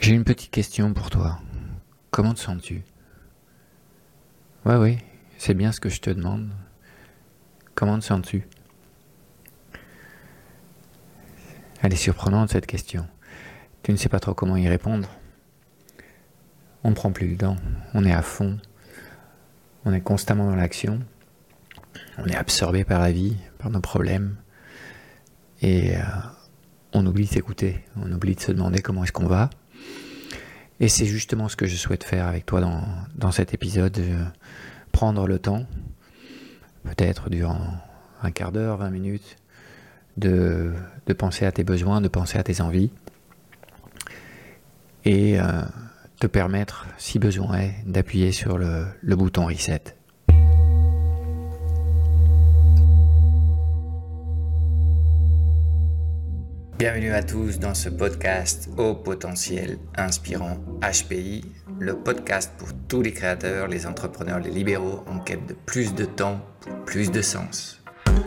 J'ai une petite question pour toi. Comment te sens-tu? Oui, c'est bien ce que je te demande. Comment te sens-tu? Elle est surprenante cette question. Tu ne sais pas trop comment y répondre. On ne prend plus le temps. On est à fond. On est constamment dans l'action. On est absorbé par la vie, par nos problèmes. Et on oublie de s'écouter. On oublie de se demander comment est-ce qu'on va. Et c'est justement ce que je souhaite faire avec toi dans cet épisode. Prendre le temps, peut-être durant un quart d'heure, 20 minutes, de penser à tes besoins, de penser à tes envies et te permettre, si besoin est, d'appuyer sur le bouton reset. Bienvenue à tous dans ce podcast au potentiel inspirant HPI, le podcast pour tous les créateurs, les entrepreneurs, les libéraux en quête de plus de temps pour plus de sens.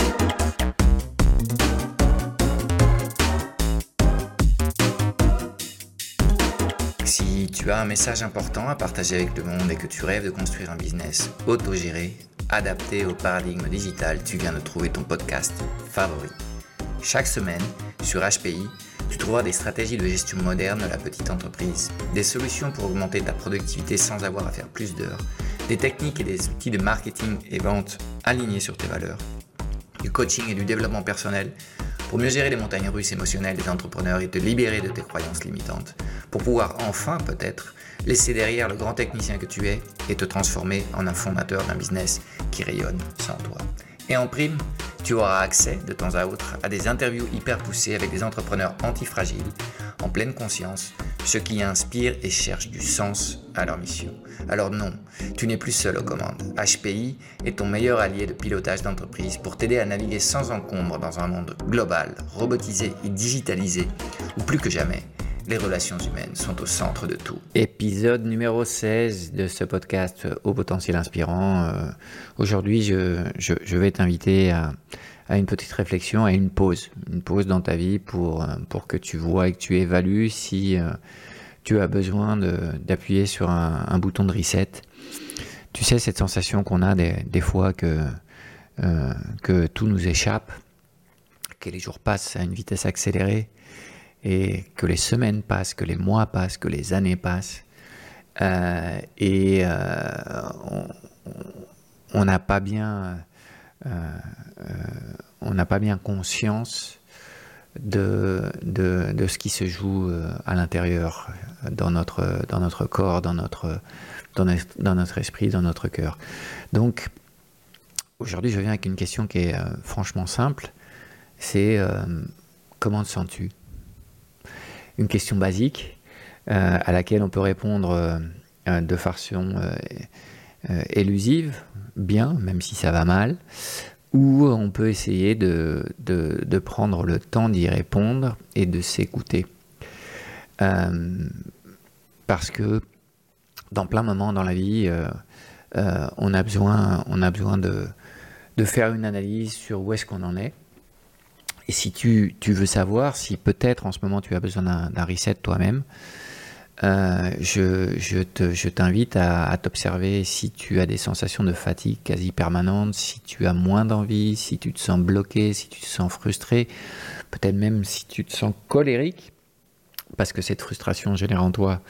Si tu as un message important à partager avec le monde et que tu rêves de construire un business autogéré, adapté au paradigme digital, tu viens de trouver ton podcast favori. Chaque semaine, sur HPI, tu trouveras des stratégies de gestion moderne de la petite entreprise, des solutions pour augmenter ta productivité sans avoir à faire plus d'heures, des techniques et des outils de marketing et vente alignés sur tes valeurs, du coaching et du développement personnel pour mieux gérer les montagnes russes émotionnelles des entrepreneurs et te libérer de tes croyances limitantes, pour pouvoir enfin peut-être laisser derrière le grand technicien que tu es et te transformer en un fondateur d'un business qui rayonne sans toi. Et en prime, tu auras accès de temps à autre à des interviews hyper poussées avec des entrepreneurs antifragiles, en pleine conscience, ceux qui inspirent et cherchent du sens à leur mission. Alors non, tu n'es plus seul aux commandes. HPI est ton meilleur allié de pilotage d'entreprise pour t'aider à naviguer sans encombre dans un monde global, robotisé et digitalisé, où plus que jamais, les relations humaines sont au centre de tout. Épisode numéro 16 de ce podcast au potentiel inspirant. Aujourd'hui, je vais t'inviter à une petite réflexion, à une pause dans ta vie pour que tu vois et que tu évalues si tu as besoin d'appuyer sur un bouton de reset. Tu sais, cette sensation qu'on a des fois que tout nous échappe, que les jours passent à une vitesse accélérée, et que les semaines passent, que les mois passent, que les années passent, on n'a pas bien conscience de ce qui se joue à l'intérieur, dans notre corps, dans notre esprit, dans notre cœur. Donc aujourd'hui, je viens avec une question qui est franchement simple. C'est comment te sens-tu? Une question basique à laquelle on peut répondre de façon élusive, bien, même si ça va mal, ou on peut essayer de prendre le temps d'y répondre et de s'écouter. Parce que dans plein moments dans la vie, on a besoin de faire une analyse sur où est-ce qu'on en est. Et si tu veux savoir si peut-être en ce moment tu as besoin d'un reset toi-même, je t'invite à t'observer si tu as des sensations de fatigue quasi permanentes, si tu as moins d'envie, si tu te sens bloqué, si tu te sens frustré, peut-être même si tu te sens colérique, parce que cette frustration génère en toi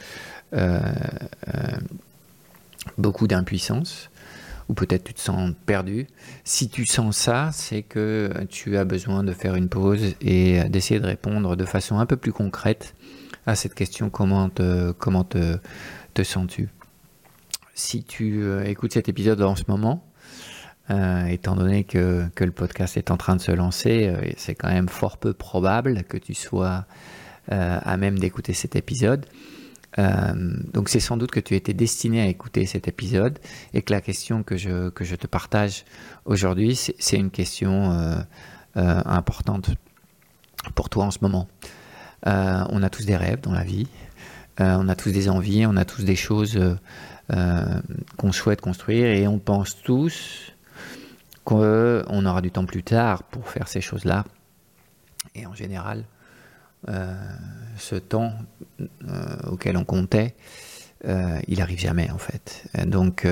beaucoup d'impuissance. Ou peut-être tu te sens perdu. Si tu sens ça, c'est que tu as besoin de faire une pause et d'essayer de répondre de façon un peu plus concrète à cette question, comment te sens-tu? Si tu écoutes cet épisode en ce moment, étant donné que le podcast est en train de se lancer, c'est quand même fort peu probable que tu sois à même d'écouter cet épisode. Donc c'est sans doute que tu étais destiné à écouter cet épisode et que la question que je te partage aujourd'hui, c'est une question importante pour toi en ce moment. On a tous des rêves dans la vie, on a tous des envies, on a tous des choses qu'on souhaite construire et on pense tous qu'on aura du temps plus tard pour faire ces choses-là. Et en général, ce temps auquel on comptait, il n'arrive jamais en fait. Donc,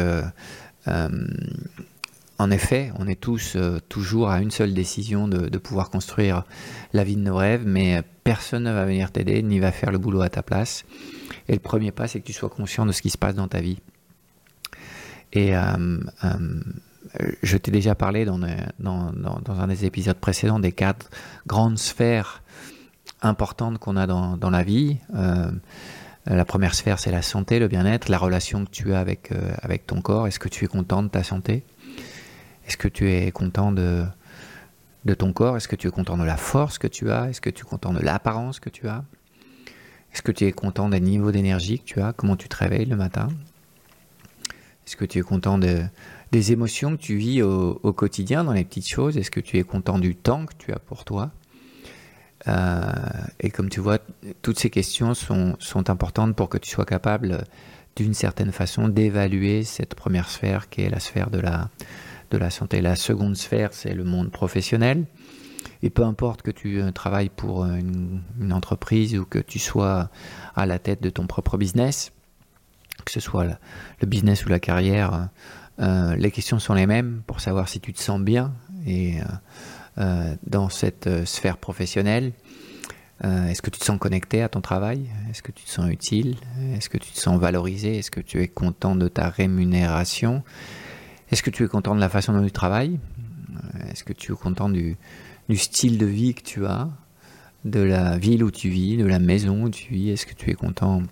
en effet, on est tous toujours à une seule décision de pouvoir construire la vie de nos rêves, mais personne ne va venir t'aider ni va faire le boulot à ta place. Et le premier pas, c'est que tu sois conscient de ce qui se passe dans ta vie. Et je t'ai déjà parlé dans un des épisodes précédents des 4 grandes sphères importantes qu'on a dans la vie. La première sphère, c'est la santé, le bien-être, la relation que tu as avec ton corps. Est-ce que tu es content de ta santé ? Est-ce que tu es content de ton corps ? Est-ce que tu es content de la force que tu as ? Est-ce que tu es content de l'apparence que tu as ? Est-ce que tu es content des niveaux d'énergie que tu as ? Comment tu te réveilles le matin ? Est-ce que tu es content des émotions que tu vis au quotidien, dans les petites choses ? Est-ce que tu es content du temps que tu as pour toi ? Et comme tu vois, toutes ces questions sont importantes pour que tu sois capable, d'une certaine façon, d'évaluer cette première sphère qui est la sphère de la santé. La seconde sphère, c'est le monde professionnel. Et peu importe que tu travailles pour une entreprise ou que tu sois à la tête de ton propre business, que ce soit le business ou la carrière, les questions sont les mêmes pour savoir si tu te sens bien et dans cette sphère professionnelle. Est-ce que tu te sens connecté à ton travail ? Est-ce que tu te sens utile ? Est-ce que tu te sens valorisé ? Est-ce que tu es content de ta rémunération ? Est-ce que tu es content de la façon dont tu travailles ? Est-ce que tu es content du style de vie que tu as, de la ville où tu vis, de la maison où tu vis ? Est-ce que tu es content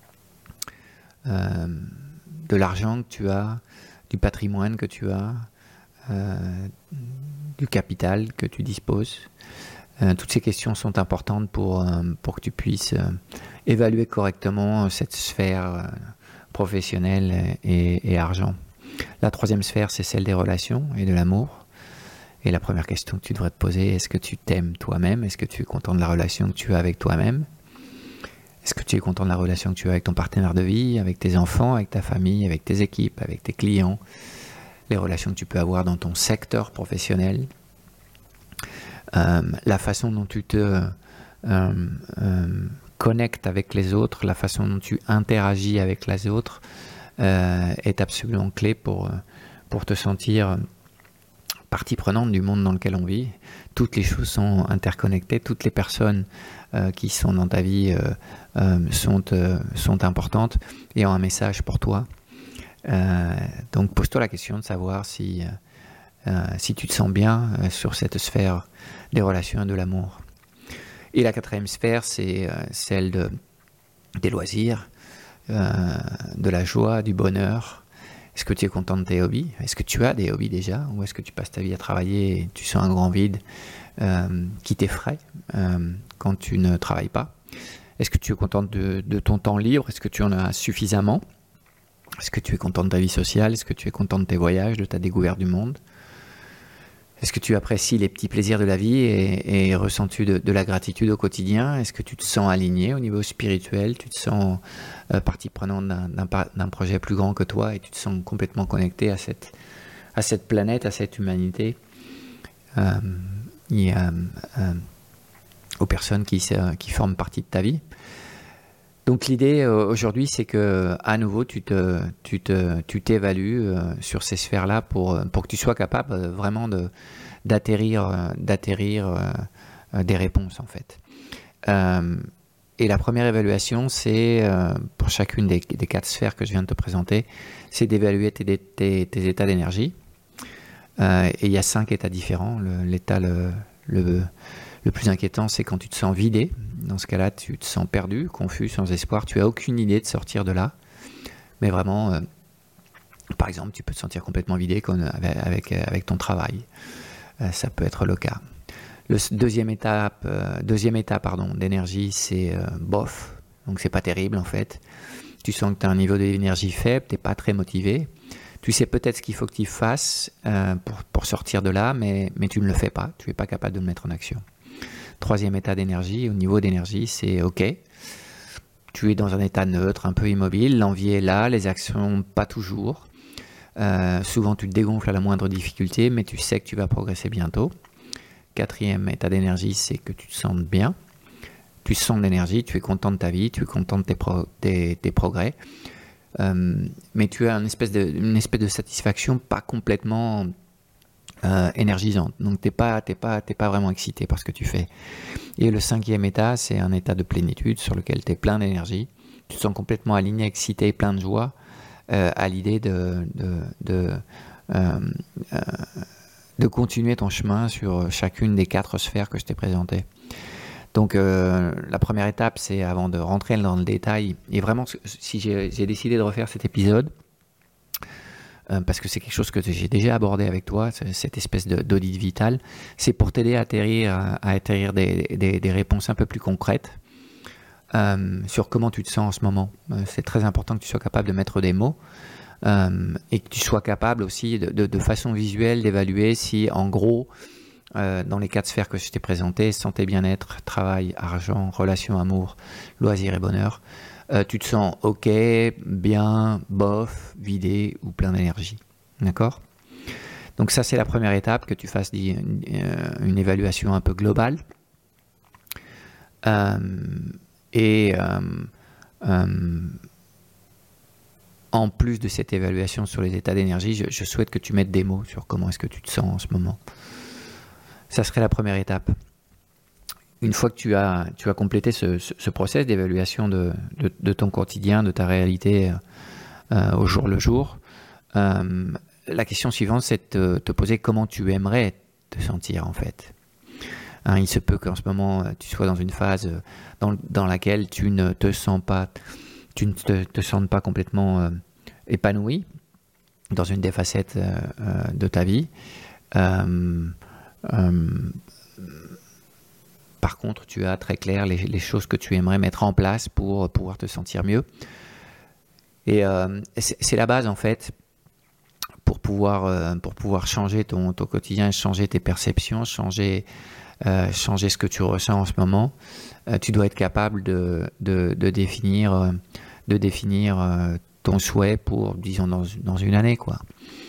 de l'argent que tu as, du patrimoine que tu as, du capital que tu disposes ? Toutes ces questions sont importantes pour que tu puisses évaluer correctement cette sphère professionnelle et argent. La troisième sphère, c'est celle des relations et de l'amour. Et la première question que tu devrais te poser, est-ce que tu t'aimes toi-même ? Est-ce que tu es content de la relation que tu as avec toi-même ? Est-ce que tu es content de la relation que tu as avec ton partenaire de vie, avec tes enfants, avec ta famille, avec tes équipes, avec tes clients ? Les relations que tu peux avoir dans ton secteur professionnel ? La façon dont tu te connectes avec les autres, la façon dont tu interagis avec les autres est absolument clé pour te sentir partie prenante du monde dans lequel on vit. Toutes les choses sont interconnectées, toutes les personnes qui sont dans ta vie sont importantes et ont un message pour toi. Donc pose-toi la question de savoir si tu te sens bien sur cette sphère des relations et de l'amour. Et la quatrième sphère, c'est celle des loisirs, de la joie, du bonheur. Est-ce que tu es content de tes hobbies ? Est-ce que tu as des hobbies déjà ? Ou est-ce que tu passes ta vie à travailler et tu sens un grand vide qui t'effraie quand tu ne travailles pas ? Est-ce que tu es content de ton temps libre ? Est-ce que tu en as suffisamment ? Est-ce que tu es content de ta vie sociale ? Est-ce que tu es content de tes voyages, de ta découverte du monde ? Est-ce que tu apprécies les petits plaisirs de la vie et ressens-tu de la gratitude au quotidien ? Est-ce que tu te sens aligné au niveau spirituel ? Tu te sens partie prenante d'un projet plus grand que toi et tu te sens complètement connecté à cette planète, à cette humanité, aux personnes qui forment partie de ta vie. Donc l'idée aujourd'hui, c'est que à nouveau tu t'évalues sur ces sphères-là pour que tu sois capable vraiment d'atterrir des réponses en fait. Et la première évaluation, c'est pour chacune des 4 sphères que je viens de te présenter, c'est d'évaluer tes états d'énergie. Et il y a 5 états différents. L'état le plus inquiétant, c'est quand tu te sens vidé. Dans ce cas-là, tu te sens perdu, confus, sans espoir. Tu n'as aucune idée de sortir de là. Mais vraiment, par exemple, tu peux te sentir complètement vidé avec ton travail. Ça peut être le cas. Le deuxième état d'énergie, c'est bof. Donc, c'est pas terrible, en fait. Tu sens que tu as un niveau d'énergie faible, tu n'es pas très motivé. Tu sais peut-être ce qu'il faut que tu fasses pour sortir de là, mais tu ne le fais pas. Tu n'es pas capable de le mettre en action. Troisième état d'énergie, au niveau d'énergie, c'est OK. Tu es dans un état neutre, un peu immobile. L'envie est là, les actions pas toujours. Souvent, tu te dégonfles à la moindre difficulté, mais tu sais que tu vas progresser bientôt. Quatrième état d'énergie, c'est que tu te sens bien. Tu sens de l'énergie, tu es content de ta vie, tu es content de tes progrès. Mais tu as une espèce de satisfaction pas complètement énergisante. Donc t'es pas vraiment excité par ce que tu fais. Et le 5e état, c'est un état de plénitude sur lequel tu es plein d'énergie. Tu te sens complètement aligné, excité, plein de joie à l'idée de continuer ton chemin sur chacune des 4 sphères que je t'ai présentées. Donc la première étape, c'est avant de rentrer dans le détail, et vraiment si j'ai décidé de refaire cet épisode, parce que c'est quelque chose que j'ai déjà abordé avec toi, cette espèce d'audit vital, c'est pour t'aider à atterrir des réponses un peu plus concrètes sur comment tu te sens en ce moment. C'est très important que tu sois capable de mettre des mots et que tu sois capable aussi de façon visuelle d'évaluer si en gros dans les 4 sphères que je t'ai présentées, santé, bien-être, travail, argent, relation, amour, loisirs et bonheur, tu te sens ok, bien, bof, vidé ou plein d'énergie. D'accord ? Donc ça, c'est la première étape, que tu fasses une évaluation un peu globale. En plus de cette évaluation sur les états d'énergie, je souhaite que tu mettes des mots sur comment est-ce que tu te sens en ce moment. Ça serait la première étape. Une fois que tu as complété ce process d'évaluation de ton quotidien, de ta réalité au jour le jour, la question suivante, c'est de te poser comment tu aimerais te sentir en fait. Il se peut qu'en ce moment, tu sois dans une phase dans laquelle tu ne te sentes pas complètement épanoui dans une des facettes de ta vie. Par contre, tu as très clair les choses que tu aimerais mettre en place pour pouvoir te sentir mieux. Et c'est la base en fait pour pouvoir changer ton quotidien, changer tes perceptions, changer ce que tu ressens en ce moment. Tu dois être capable de définir ton souhait pour, disons, dans une année, quoi.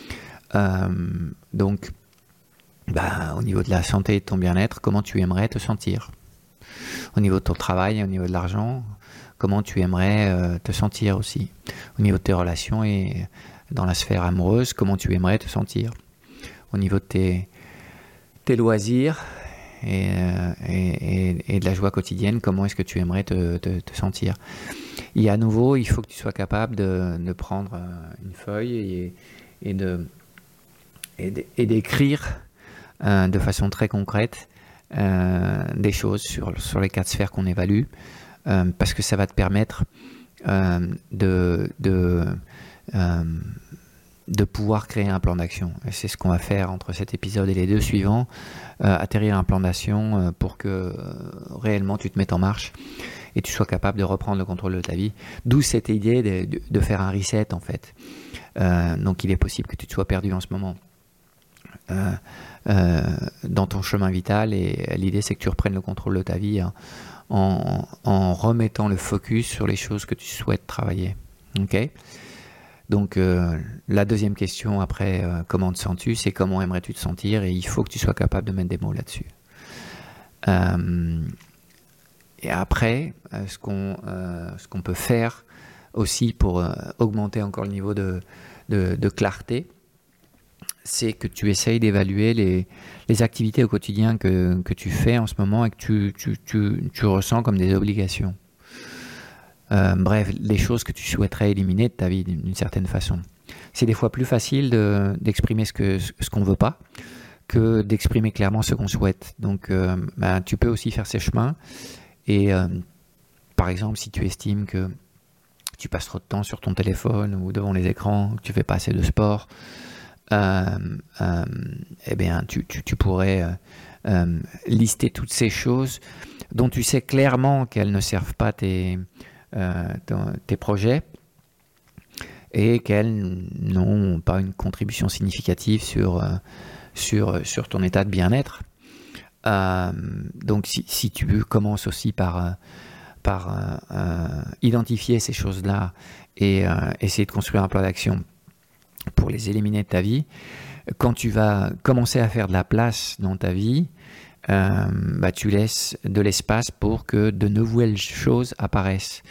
Donc, au niveau de la santé et de ton bien-être, comment tu aimerais te sentir ? Au niveau de ton travail, au niveau de l'argent, comment tu aimerais te sentir aussi ? Au niveau de tes relations et dans la sphère amoureuse, comment tu aimerais te sentir ? Au niveau de tes loisirs et de la joie quotidienne, comment est-ce que tu aimerais te sentir ? Et à nouveau, il faut que tu sois capable de prendre une feuille et d'écrire de façon très concrète des choses sur les 4 sphères qu'on évalue, parce que ça va te permettre de pouvoir créer un plan d'action. Et c'est ce qu'on va faire entre cet épisode et les 2 suivants, atterrir un plan d'action pour que réellement tu te mettes en marche et tu sois capable de reprendre le contrôle de ta vie. D'où cette idée de faire un reset en fait. Donc il est possible que tu te sois perdu en ce moment dans ton chemin vital, et l'idée c'est que tu reprennes le contrôle de ta vie en remettant le focus sur les choses que tu souhaites travailler. Ok ? Donc la deuxième question après comment te sens-tu, c'est comment aimerais-tu te sentir, et il faut que tu sois capable de mettre des mots là-dessus. Et après, ce qu'on peut faire aussi pour augmenter encore le niveau de clarté, c'est que tu essayes d'évaluer les activités au quotidien que tu fais en ce moment et que tu ressens comme des obligations. Bref, les choses que tu souhaiterais éliminer de ta vie d'une certaine façon. C'est des fois plus facile d'exprimer ce qu'on ne veut pas que d'exprimer clairement ce qu'on souhaite. Donc tu peux aussi faire ces chemins, et par exemple si tu estimes que tu passes trop de temps sur ton téléphone ou devant les écrans, que tu fais pas assez de sport, eh bien tu pourrais lister toutes ces choses dont tu sais clairement qu'elles ne servent pas tes projets et qu'elles n'ont pas une contribution significative sur ton état de bien-être. Donc si tu commences aussi par identifier ces choses-là et essayer de construire un plan d'action pour les éliminer de ta vie, quand tu vas commencer à faire de la place dans ta vie, tu laisses de l'espace pour que de nouvelles choses apparaissent.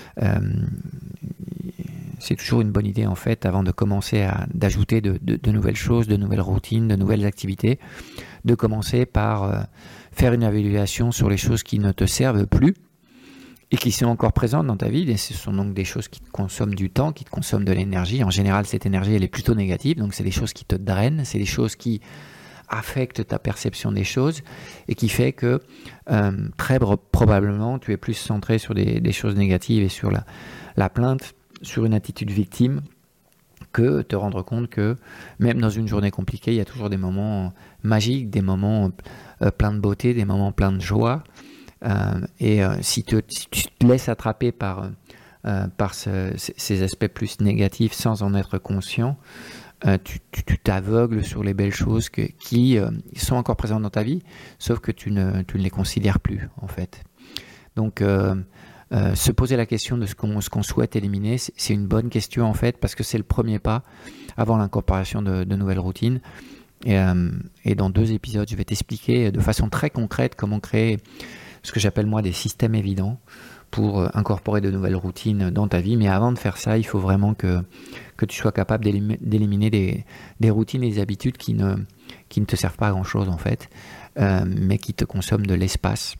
C'est toujours une bonne idée en fait, avant de commencer d'ajouter de nouvelles choses, de nouvelles routines, de nouvelles activités, de commencer par faire une évaluation sur les choses qui ne te servent plus et qui sont encore présentes dans ta vie. Et ce sont donc des choses qui te consomment du temps, qui te consomment de l'énergie. En général, cette énergie, elle est plutôt négative, donc c'est des choses qui te drainent, c'est des choses qui affectent ta perception des choses et qui fait que très probablement, tu es plus centré sur des choses négatives et sur la plainte, sur une attitude victime, que te rendre compte que même dans une journée compliquée, il y a toujours des moments magiques, des moments pleins de beauté, des moments pleins de joie. Si tu te laisses attraper par ces aspects plus négatifs sans en être conscient, tu t'aveugles sur les belles choses qui sont encore présentes dans ta vie, sauf que tu ne les considères plus en fait. Donc se poser la question de ce qu'on souhaite éliminer, c'est une bonne question en fait, parce que c'est le premier pas avant l'incorporation de nouvelles routines. Et dans 2 épisodes, je vais t'expliquer de façon très concrète comment créer ce que j'appelle moi des systèmes évidents pour incorporer de nouvelles routines dans ta vie. Mais avant de faire ça, il faut vraiment que tu sois capable d'éliminer des routines et des habitudes qui ne te servent pas à grand chose en fait, mais qui te consomment de l'espace,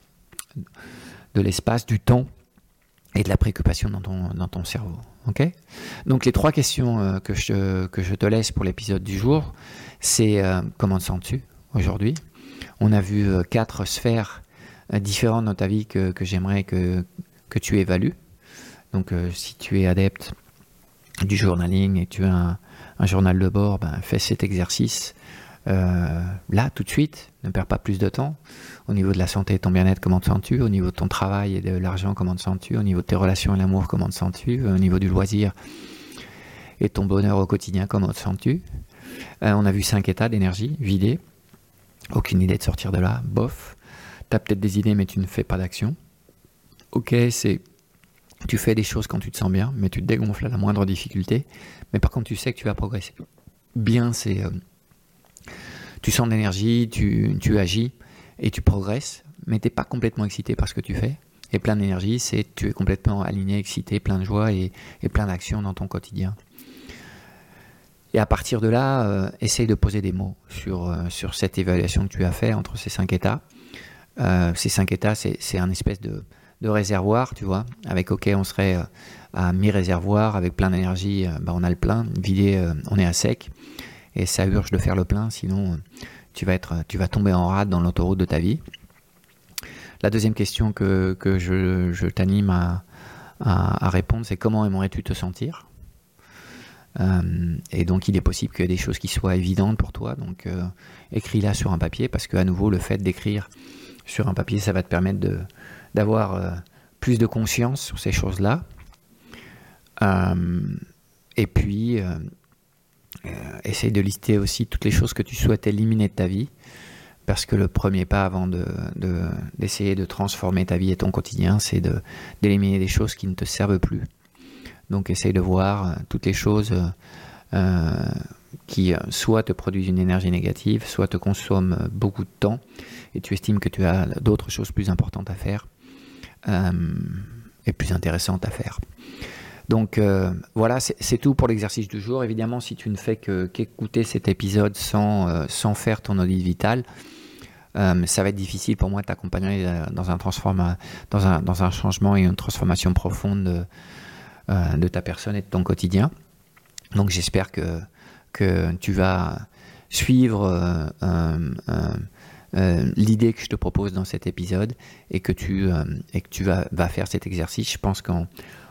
du temps et de la préoccupation dans ton cerveau. Okay ? Donc les 3 questions que je te laisse pour l'épisode du jour, c'est comment te sens-tu aujourd'hui ? On a vu 4 sphères différentes dans ta vie que j'aimerais que tu évalues. Donc si tu es adepte du journaling et tu as un journal de bord, fais cet exercice là tout de suite, ne perds pas plus de temps. Au niveau de la santé et ton bien-être, comment te sens-tu ? Au niveau de ton travail et de l'argent, comment te sens-tu ? Au niveau de tes relations et l'amour, comment te sens-tu ? Au niveau du loisir et ton bonheur au quotidien, comment te sens-tu ? On a vu 5 états d'énergie, vidés. Aucune idée de sortir de là, bof. Tu as peut-être des idées mais tu ne fais pas d'action. Ok, tu fais des choses quand tu te sens bien, mais tu te dégonfles à la moindre difficulté. Mais par contre, tu sais que tu vas progresser. Bien, c'est... tu sens de l'énergie, tu agis et tu progresses, mais tu n'es pas complètement excité par ce que tu fais. Et plein d'énergie, c'est tu es complètement aligné, excité, plein de joie et plein d'action dans ton quotidien. Et à partir de là, essaye de poser des mots sur cette évaluation que tu as fait entre ces 5 états. Ces 5 états, c'est un espèce de réservoir, tu vois. Avec on serait à mi-réservoir, avec plein d'énergie, on a le plein. Vidé, on est à sec. Et ça urge de faire le plein, sinon tu vas tomber en rade dans l'autoroute de ta vie. La deuxième question que je t'anime à répondre, c'est comment aimerais-tu te sentir ? Et donc il est possible qu'il y ait des choses qui soient évidentes pour toi, donc écris-la sur un papier, parce qu'à nouveau le fait d'écrire sur un papier, ça va te permettre d'avoir plus de conscience sur ces choses-là. Et puis essaye de lister aussi toutes les choses que tu souhaites éliminer de ta vie, parce que le premier pas avant d'essayer de transformer ta vie et ton quotidien, c'est d'éliminer des choses qui ne te servent plus. Donc essaye de voir toutes les choses qui soit te produisent une énergie négative, soit te consomment beaucoup de temps, et tu estimes que tu as d'autres choses plus importantes à faire et plus intéressantes à faire. Donc voilà, c'est tout pour l'exercice du jour. Évidemment, si tu ne fais qu'écouter cet épisode sans faire ton audit vital, ça va être difficile pour moi de t'accompagner dans un changement et une transformation profonde de ta personne et de ton quotidien. Donc j'espère que tu vas suivre l'idée que je te propose dans cet épisode et que tu vas faire cet exercice. Je pense qu'en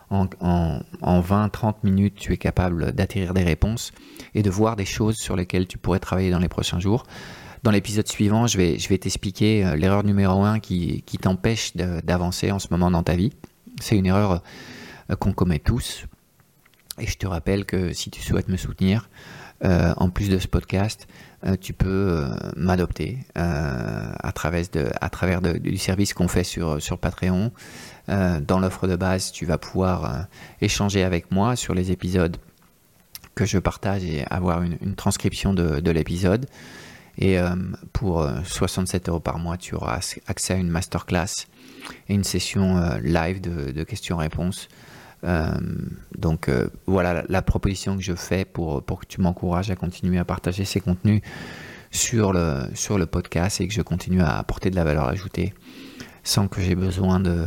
20-30 minutes, tu es capable d'atterrir des réponses et de voir des choses sur lesquelles tu pourrais travailler dans les prochains jours. Dans l'épisode suivant, je vais t'expliquer l'erreur numéro 1 qui t'empêche d'avancer en ce moment dans ta vie. C'est une erreur qu'on commet tous. Et je te rappelle que si tu souhaites me soutenir, en plus de ce podcast, tu peux m'adopter à travers du service qu'on fait sur Patreon. Dans l'offre de base, tu vas pouvoir échanger avec moi sur les épisodes que je partage et avoir une transcription de l'épisode. Et pour 67 € par mois, tu auras accès à une masterclass et une session live de questions-réponses. Donc voilà la proposition que je fais pour que tu m'encourages à continuer à partager ces contenus sur le podcast et que je continue à apporter de la valeur ajoutée sans que j'ai besoin de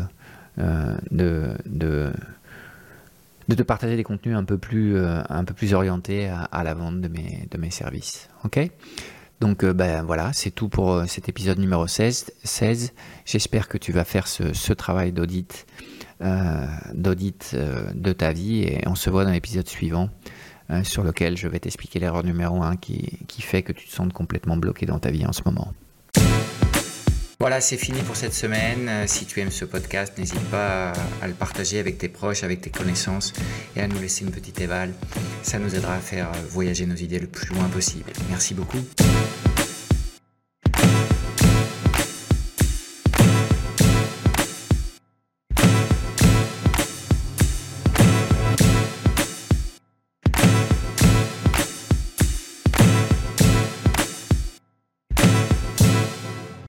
te partager des contenus un peu plus orientés à la vente de mes services. Ok ? Donc voilà, c'est tout pour cet épisode numéro 16. J'espère que tu vas faire ce travail d'audit de ta vie, et on se voit dans l'épisode suivant sur lequel je vais t'expliquer l'erreur numéro 1 qui fait que tu te sens complètement bloqué dans ta vie en ce moment. Voilà, c'est fini pour cette semaine. Si tu aimes ce podcast, n'hésite pas à le partager avec tes proches, avec tes connaissances et à nous laisser une petite éval. Ça nous aidera à faire voyager nos idées le plus loin possible. Merci beaucoup.